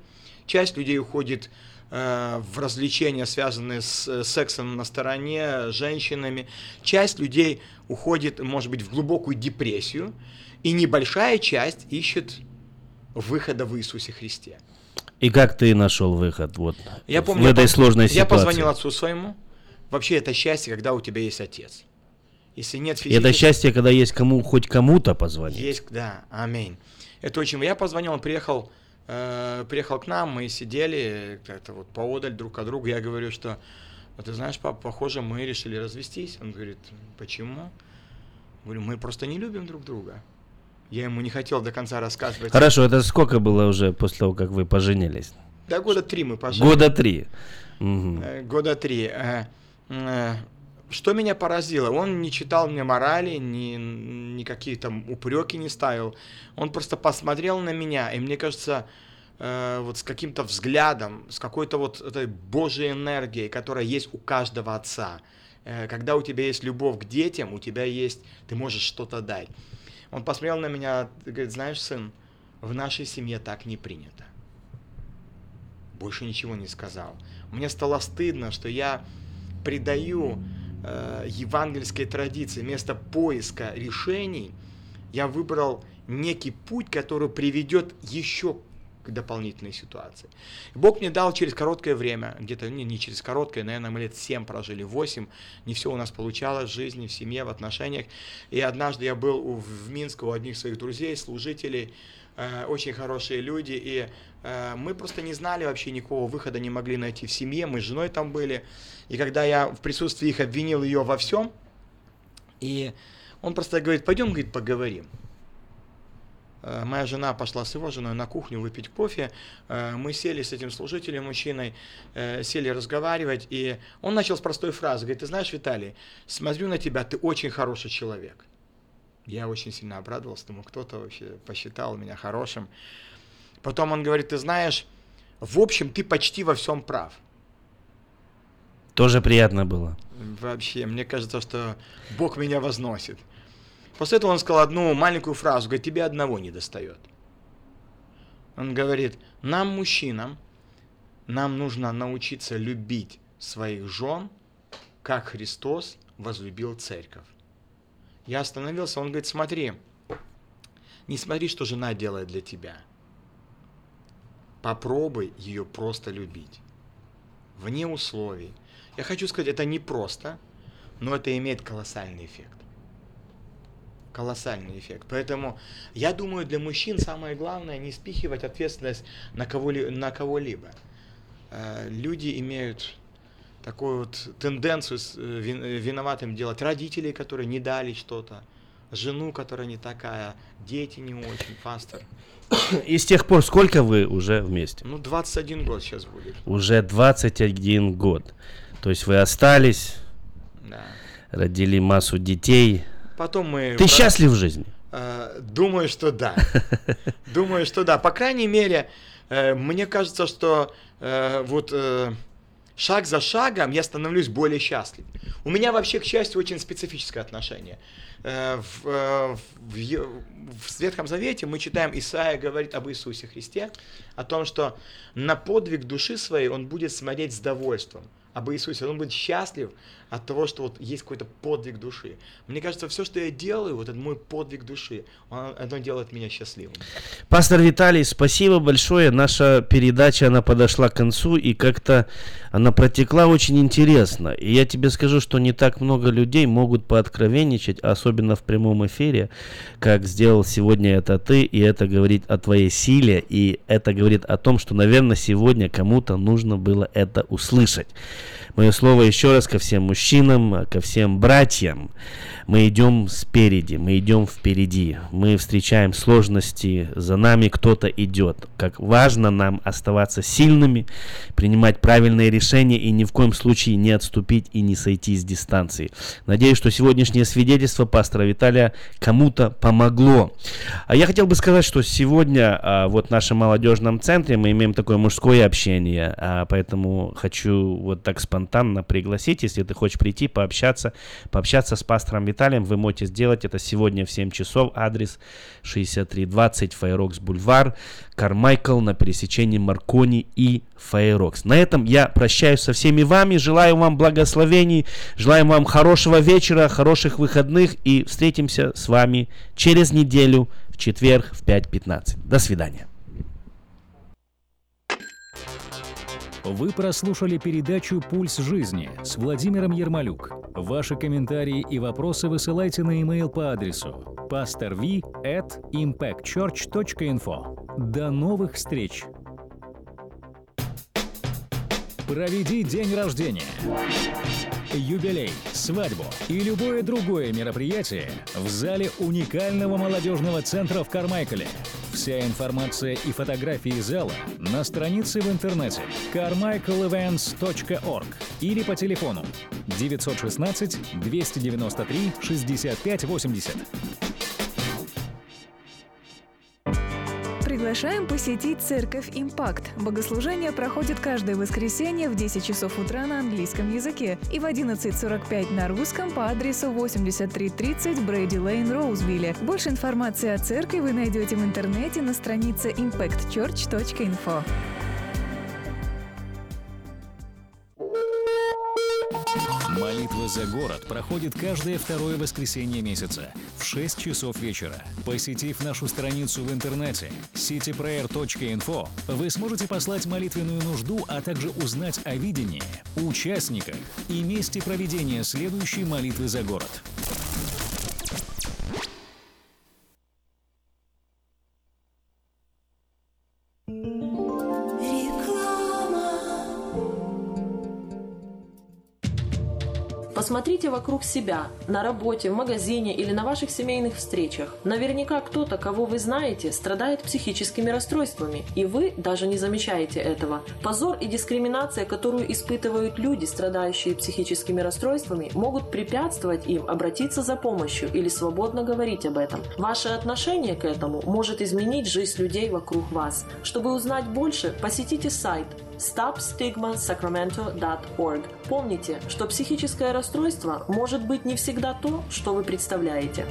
часть людей уходит э, в развлечения, связанные с сексом на стороне, женщинами, часть людей уходит, может быть, в глубокую депрессию, и небольшая часть ищет выхода в Иисусе Христе. И как ты нашел выход вот я в помню, этой я, сложной я ситуации? Я позвонил отцу своему. Вообще это счастье, когда у тебя есть отец. Если нет физического... Это счастье, когда есть кому, хоть кому-то позвонить. Есть, да, аминь. Это очень... Я позвонил, он приехал, э, приехал к нам, мы сидели как-то вот поодаль друг от друга. Я говорю, что, ты знаешь, папа, похоже, мы решили развестись. Он говорит, почему? Говорю, мы просто не любим друг друга. Я ему не хотел до конца рассказывать. Хорошо, это сколько было уже после того, как вы поженились? Да, года три мы поженились. Года три. Угу. Года три. Что меня поразило? Он не читал мне морали, ни, никакие там упреки не ставил. Он просто посмотрел на меня, и мне кажется, э, вот с каким-то взглядом, с какой-то вот этой Божьей энергией, которая есть у каждого отца. Э, когда у тебя есть любовь к детям, у тебя есть, ты можешь что-то дать. Он посмотрел на меня и говорит, знаешь, сын, в нашей семье так не принято. Больше ничего не сказал. Мне стало стыдно, что я предаю э, евангельской традиции. Вместо поиска решений я выбрал некий путь, который приведет еще к дополнительной ситуации. Бог мне дал через короткое время, где-то не, не через короткое, наверное, мы лет семь прожили, восемь, не все у нас получалось в жизни, в семье, в отношениях. И однажды я был у, в Минске у одних своих друзей, служителей, э, очень хорошие люди, и э, мы просто не знали вообще никакого выхода, не могли найти в семье, мы с женой там были. И когда я в присутствии их обвинил ее во всем, и он просто говорит, пойдем, говорит, поговорим. Моя жена пошла с его женой на кухню выпить кофе. Мы сели с этим служителем, мужчиной, сели разговаривать. И он начал с простой фразы. Говорит, ты знаешь, Виталий, смотрю на тебя, ты очень хороший человек. Я очень сильно обрадовался, думаю, кто-то вообще посчитал меня хорошим. Потом он говорит, ты знаешь, в общем, ты почти во всем прав. Тоже приятно было. Вообще, мне кажется, что Бог меня возносит. После этого он сказал одну маленькую фразу, говорит, тебе одного не достает. Он говорит, нам, мужчинам, нам нужно научиться любить своих жен, как Христос возлюбил церковь. Я остановился, он говорит, смотри, не смотри, что жена делает для тебя. Попробуй ее просто любить. Вне условий. Я хочу сказать, это не просто, но это имеет колоссальный эффект. Колоссальный эффект. Поэтому я думаю, для мужчин самое главное не спихивать ответственность на, кого-ли, на кого-либо. Люди имеют такую вот тенденцию виноватым делать родителей, которые не дали что-то, жену, которая не такая, дети не очень, пастор. И с тех пор сколько вы уже вместе? Ну, двадцать один год сейчас будет. Уже двадцать один год. То есть вы остались, да. Родили массу детей. Потом мы... Ты счастлив в жизни? Э, думаю, что да. Думаю, что да. По крайней мере, э, мне кажется, что э, вот э, шаг за шагом я становлюсь более счастлив. У меня вообще, к счастью, очень специфическое отношение. Э, в, э, в, в Ветхом Завете мы читаем, Исаия говорит об Иисусе Христе, о том, что на подвиг души своей он будет смотреть с довольством. Об Иисусе, он будет счастлив от того, что вот есть какой-то подвиг души. Мне кажется, все, что я делаю, вот это мой подвиг души, он, оно делает меня счастливым. Пастор Виталий, спасибо большое. Наша передача, она подошла к концу, и как-то она протекла очень интересно. И я тебе скажу, что не так много людей могут пооткровенничать, особенно в прямом эфире, как сделал сегодня это ты, и это говорит о твоей силе, и это говорит о том, что, наверное, сегодня кому-то нужно было это услышать. Мое слово еще раз ко всем мужчинам, ко всем братьям. Мы идем спереди, мы идем впереди. Мы встречаем сложности, за нами кто-то идет. Как важно нам оставаться сильными, принимать правильные решения и ни в коем случае не отступить и не сойти с дистанции. Надеюсь, что сегодняшнее свидетельство пастора Виталия кому-то помогло. А я хотел бы сказать, что сегодня вот в нашем молодежном центре мы имеем такое мужское общение, поэтому хочу вот так так спонтанно пригласить. Если ты хочешь прийти, пообщаться, пообщаться с пастором Виталием, вы можете сделать это сегодня в семь часов. Адрес шестьдесят три двадцать Фейрокс Бульвар, Кармайкл на пересечении Маркони и Фейрокс. На этом я прощаюсь со всеми вами. Желаю вам благословений, желаю вам хорошего вечера, хороших выходных и встретимся с вами через неделю в четверг в пять пятнадцать. До свидания. Вы прослушали передачу «Пульс жизни» с Владимиром Ермолюк. Ваши комментарии и вопросы высылайте на e-mail по адресу pastorv at impactchurch точка info. До новых встреч! Проведи день рождения, юбилей, свадьбу и любое другое мероприятие в зале уникального молодежного центра в Кармайкле. Вся информация и фотографии зала на странице в интернете кармайкл ивентс точка орг или по телефону девятьсот шестнадцать двести девяносто три шестьдесят пять восемьдесят. Приглашаем посетить церковь «Импакт». Богослужение проходит каждое воскресенье в десять часов утра на английском языке и в одиннадцать сорок пять на русском по адресу восемьдесят три тридцать Брейди Лейн, Роузвилле. Больше информации о церкви вы найдете в интернете на странице импакт чёрч точка инфо. Молитва за город проходит каждое второе воскресенье месяца в шесть часов вечера. Посетив нашу страницу в интернете сити преер точка инфо, вы сможете послать молитвенную нужду, а также узнать о видении, участниках и месте проведения следующей молитвы за город. Посмотрите вокруг себя, на работе, в магазине или на ваших семейных встречах. Наверняка кто-то, кого вы знаете, страдает психическими расстройствами, и вы даже не замечаете этого. Позор и дискриминация, которую испытывают люди, страдающие психическими расстройствами, могут препятствовать им обратиться за помощью или свободно говорить об этом. Ваше отношение к этому может изменить жизнь людей вокруг вас. Чтобы узнать больше, посетите сайт стоп стигма сакраменто точка орг. Помните, что психическое расстройство может быть не всегда то, что вы представляете.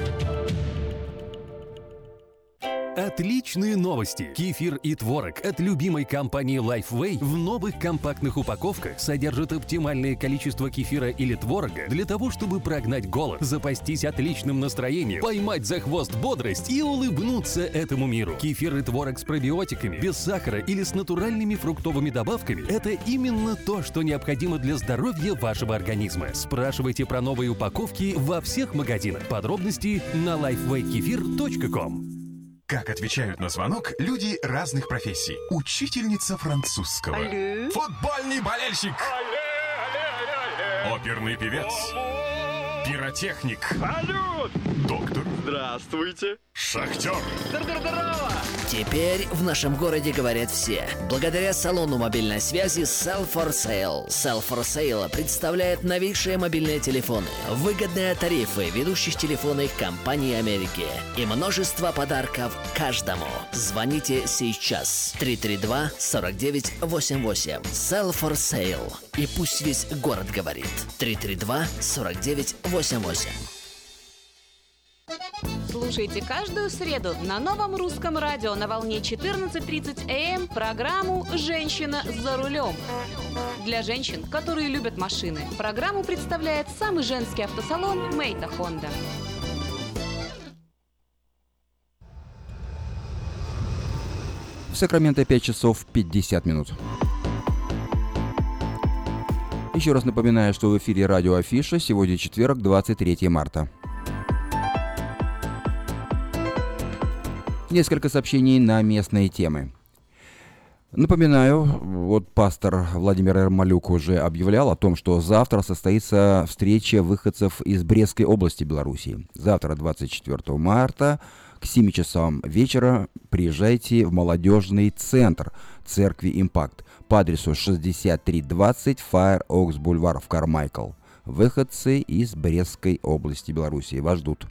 Отличные новости! Кефир и творог от любимой компании Lifeway в новых компактных упаковках содержат оптимальное количество кефира или творога для того, чтобы прогнать голод, запастись отличным настроением, поймать за хвост бодрость и улыбнуться этому миру. Кефир и творог с пробиотиками, без сахара или с натуральными фруктовыми добавками – это именно то, что необходимо для здоровья вашего организма. Спрашивайте про новые упаковки во всех магазинах. Подробности на лайфвей кефир точка ком. Как отвечают на звонок люди разных профессий. Учительница французского. Алле. Футбольный болельщик. Алле, алле, алле. Оперный певец. Алло. Пиротехник. Салют. Доктор. Здравствуйте. Шахтер. Здорово. Теперь в нашем городе говорят все. Благодаря салону мобильной связи Sell for Sale. Sell for Sale представляет новейшие мобильные телефоны, выгодные тарифы ведущих телефонных компаний Америки и множество подарков каждому. Звоните сейчас. три три два сорок девять восемьдесят восемь. Sell for Sale. И пусть весь город говорит. три три два сорок девять восемьдесят восемь. Слушайте каждую среду на новом русском радио на волне четырнадцать тридцать эй эм программу «Женщина за рулем». Для женщин, которые любят машины, программу представляет самый женский автосалон «Мейта Хонда». В Сакраменто пять часов пятьдесят минут. Еще раз напоминаю, что в эфире радио Афиша. Сегодня четверг, двадцать третьего марта. Несколько сообщений на местные темы. Напоминаю, вот пастор Владимир Ермолюк уже объявлял о том, что завтра состоится встреча выходцев из Брестской области Беларуси. Завтра, двадцать четвёртого марта, к семи часам вечера приезжайте в молодежный центр церкви «Импакт» по адресу шестьдесят три двадцать Фейрокс Бульвар в Кармайкл. Выходцы из Брестской области Беларуси вас ждут.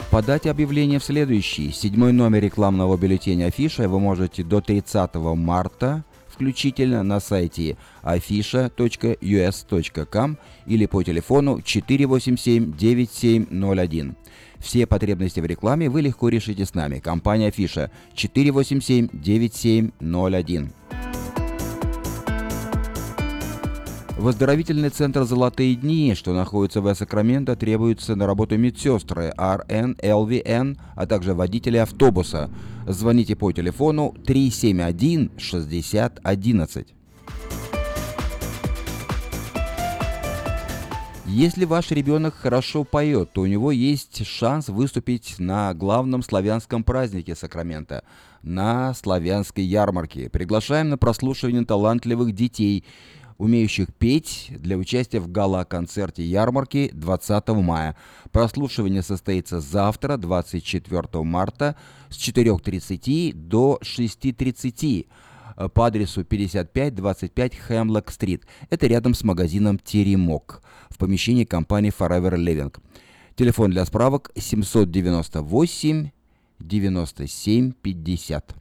Подать объявление в следующий, седьмой номер рекламного бюллетеня «Афиша» вы можете до тридцатого марта включительно на сайте афиша точка ю эс точка ком или по телефону четыре восемь семь девять семь ноль один. Все потребности в рекламе вы легко решите с нами. Компания «Афиша» четыре восемь семь девять семь ноль один. В оздоровительный центр «Золотые дни», что находится в Сакраменто, требуются на работу медсестры ар эн, эл ви эн, а также водители автобуса. Звоните по телефону три семь один шестьдесят одиннадцать. Если ваш ребенок хорошо поет, то у него есть шанс выступить на главном славянском празднике Сакрамента, на славянской ярмарке. Приглашаем на прослушивание талантливых детей, умеющих петь, для участия в гала-концерте ярмарки двадцатого мая. Прослушивание состоится завтра, двадцать четвёртого марта, с четырёх тридцати до шести тридцати по адресу пятьдесят пять двадцать пять Хемлок-стрит. Это рядом с магазином «Теремок» в помещении компании Forever Living. Телефон для справок семь девять восемь девяносто семь пятьдесят.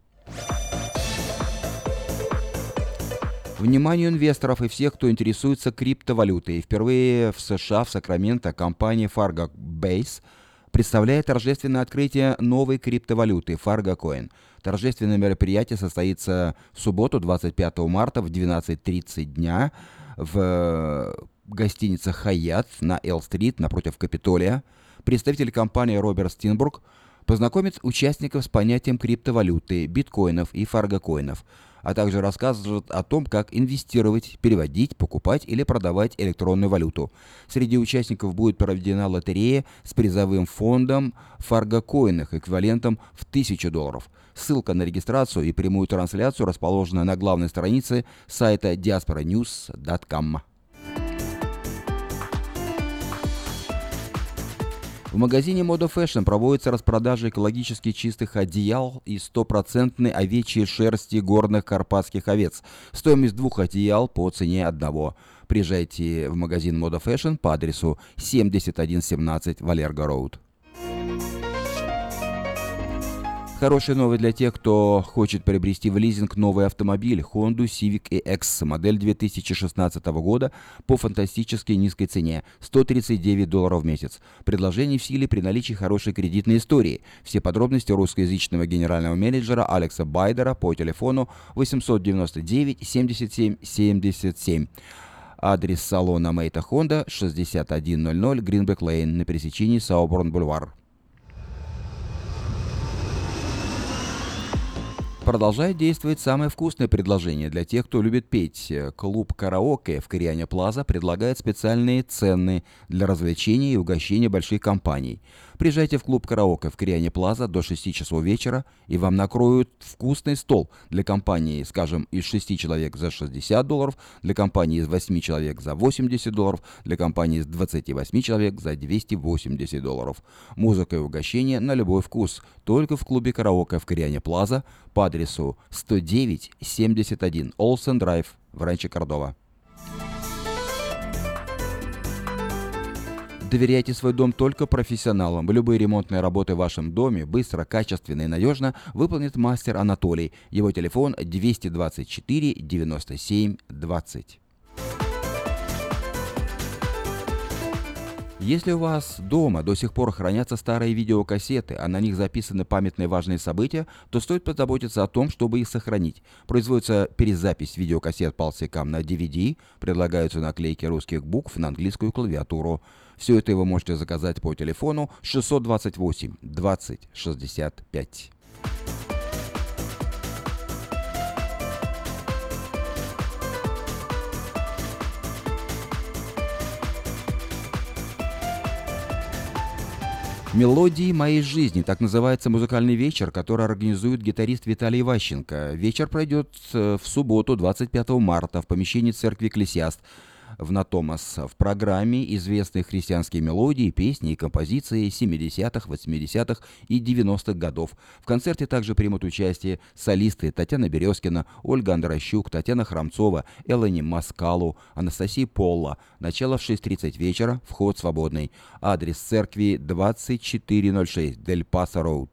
Вниманию инвесторов и всех, кто интересуется криптовалютой. Впервые в США, в Сакраменто, компания Fargo Base представляет торжественное открытие новой криптовалюты Fargo Coin. Торжественное мероприятие состоится в субботу, двадцать пятого марта в двенадцать тридцать дня в гостинице Hyatt на Эл-стрит напротив Капитолия. Представитель компании Роберт Стинбург познакомит участников с понятием криптовалюты, биткоинов и фаргокоинов, а также расскажет о том, как инвестировать, переводить, покупать или продавать электронную валюту. Среди участников будет проведена лотерея с призовым фондом в фаргокоинах, эквивалентом в тысячу долларов. Ссылка на регистрацию и прямую трансляцию расположена на главной странице сайта диаспора ньюс точка ком. В магазине Moda Fashion проводится распродажа экологически чистых одеял из стопроцентной овечьей шерсти горных карпатских овец. Стоимость двух одеял по цене одного. Приезжайте в магазин Moda Fashion по адресу семьдесят один семнадцать Валерго Роуд. Хорошая новость для тех, кто хочет приобрести в лизинг новый автомобиль Honda Civic и X, модель две тысячи шестнадцатого года по фантастически низкой цене – сто тридцать девять долларов в месяц. Предложение в силе при наличии хорошей кредитной истории. Все подробности русскоязычного генерального менеджера Алекса Байдера по телефону восемь девять девять семьдесят семь семьдесят семь. Адрес салона Мэйта Honda шестьдесят один ноль ноль Гринбек Лейн на пересечении Сауборн-Бульвар. Продолжает действовать самое вкусное предложение для тех, кто любит петь. Клуб «Караоке» в Кориане Плаза предлагает специальные цены для развлечений и угощения больших компаний. Приезжайте в клуб «Караоке» в Кориане Плаза до шести часов вечера, и вам накроют вкусный стол для компании, скажем, из шести человек за шестьдесят долларов, для компании из восьми человек за восемьдесят долларов, для компании из двадцати восьми человек за двести восемьдесят долларов. Музыка и угощение на любой вкус. Только в клубе «Караоке» в Кориане Плаза по адресу сто девять семьдесят один Олсен Драйв в Ранчо Кордова. Доверяйте свой дом только профессионалам. Любые ремонтные работы в вашем доме быстро, качественно и надежно выполнит мастер Анатолий. Его телефон двести двадцать четыре девяносто семь двадцать. Если у вас дома до сих пор хранятся старые видеокассеты, а на них записаны памятные важные события, то стоит позаботиться о том, чтобы их сохранить. Производится перезапись видеокассет полсекам на ди ви ди, предлагаются наклейки русских букв на английскую клавиатуру. Все это вы можете заказать по телефону шестьсот двадцать восемь двадцать шестьдесят пять. «Мелодии моей жизни» — так называется музыкальный вечер, который организует гитарист Виталий Ващенко. Вечер пройдет в субботу, двадцать пятого марта, в помещении церкви «Экклесиаст». в Натомас. В программе известные христианские мелодии, песни и композиции семидесятых, восьмидесятых и девяностых годов. В концерте также примут участие солисты Татьяна Березкина, Ольга Андрощук, Татьяна Храмцова, Элани Маскалу, Анастасия Полла. Начало в шесть тридцать вечера, вход свободный. Адрес церкви двадцать четыре ноль шесть Дель Пасо Роуд.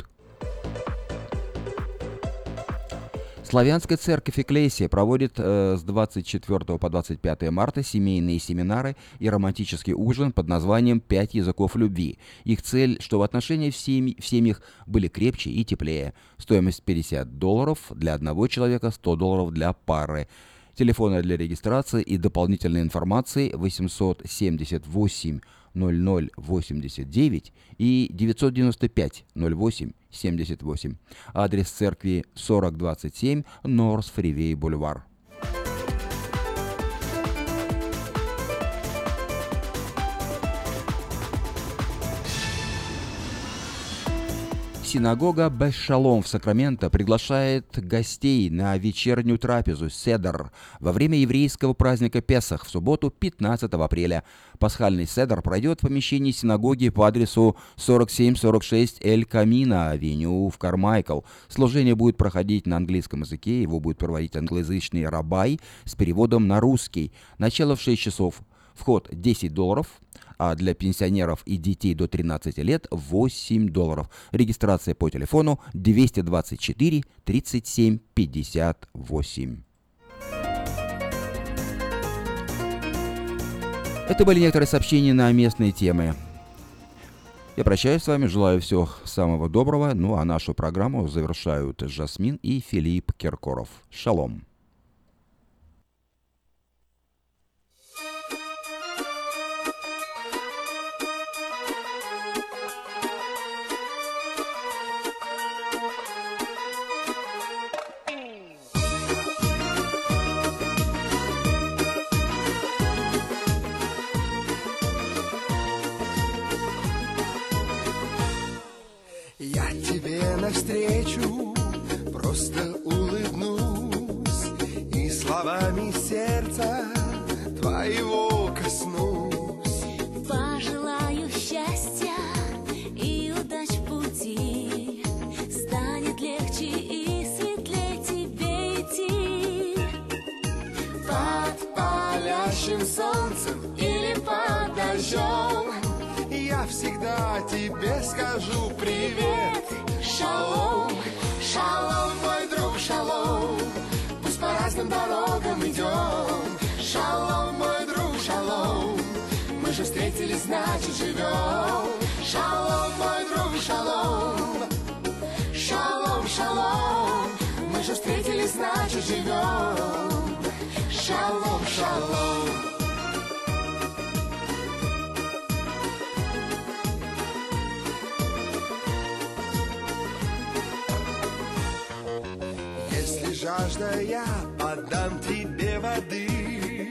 Славянская церковь Экклесия проводит э, с двадцать четвёртого по двадцать пятое марта семейные семинары и романтический ужин под названием «Пять языков любви». Их цель, чтобы отношения в, семь... в семьях были крепче и теплее. Стоимость пятьдесят долларов для одного человека, сто долларов для пары. Телефоны для регистрации и дополнительной информации восемьсот семьдесят восемь ноль ноль восемьдесят девять и девятьсот девяносто пять ноль восемь семьдесят восемь. Адрес церкви сорок двадцать семь Норс Фривей Бульвар. Синагога Бес-Шалом в Сакраменто приглашает гостей на вечернюю трапезу «Седр» во время еврейского праздника Песах в субботу пятнадцатого апреля. Пасхальный седр пройдет в помещении синагоги по адресу сорок семь сорок шесть Эль Камино, авеню в Кармайкл. Служение будет проходить на английском языке, его будет проводить англоязычный рабай с переводом на русский. Начало в шесть часов. Вход десять долларов, а для пенсионеров и детей до тринадцати лет восемь долларов. Регистрация по телефону двести двадцать четыре тридцать семь пятьдесят восемь. Это были некоторые сообщения на местные темы. Я прощаюсь с вами, желаю всего самого доброго. Ну а нашу программу завершают Жасмин и Филипп Киркоров. Шалом. Я тебе навстречу просто улыбнусь и словами сердца твоего коснусь. Пожелаю счастья и удач в пути, станет легче и светлее тебе идти. Под палящим солнцем или под дождем я всегда тебе скажу привет. Шалом, шалом, мой друг, шалом. Пусть по разным дорогам идем. Шалом, мой друг, шалом. Мы же встретились, значит живем. Шалом, мой друг, шалом. Шалом, шалом. Мы же встретились, значит живем. Шалом, шалом. Жажда, я отдам тебе воды.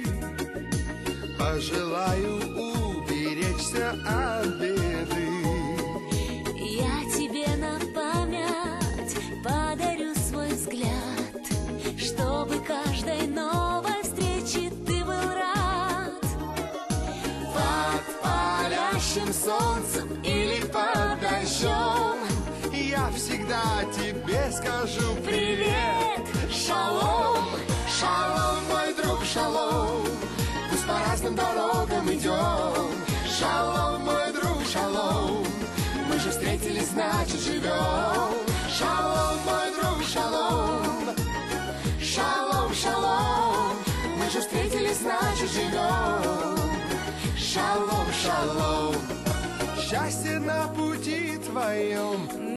Пожелаю уберечься от беды. Я тебе на память подарю свой взгляд, чтобы каждой новой встрече ты был рад. Под палящим солнцем или под дождем я всегда тебе скажу привет. Шалом, шалом, мой друг, шалом. Пусть по разным дорогам идем. Шалом, мой друг, шалом. Мы же встретились, значит живем. Шалом, мой друг, шалом. Шалом, шалом. Мы же встретились, значит живем. Шалом, шалом. Счастье на пути твоем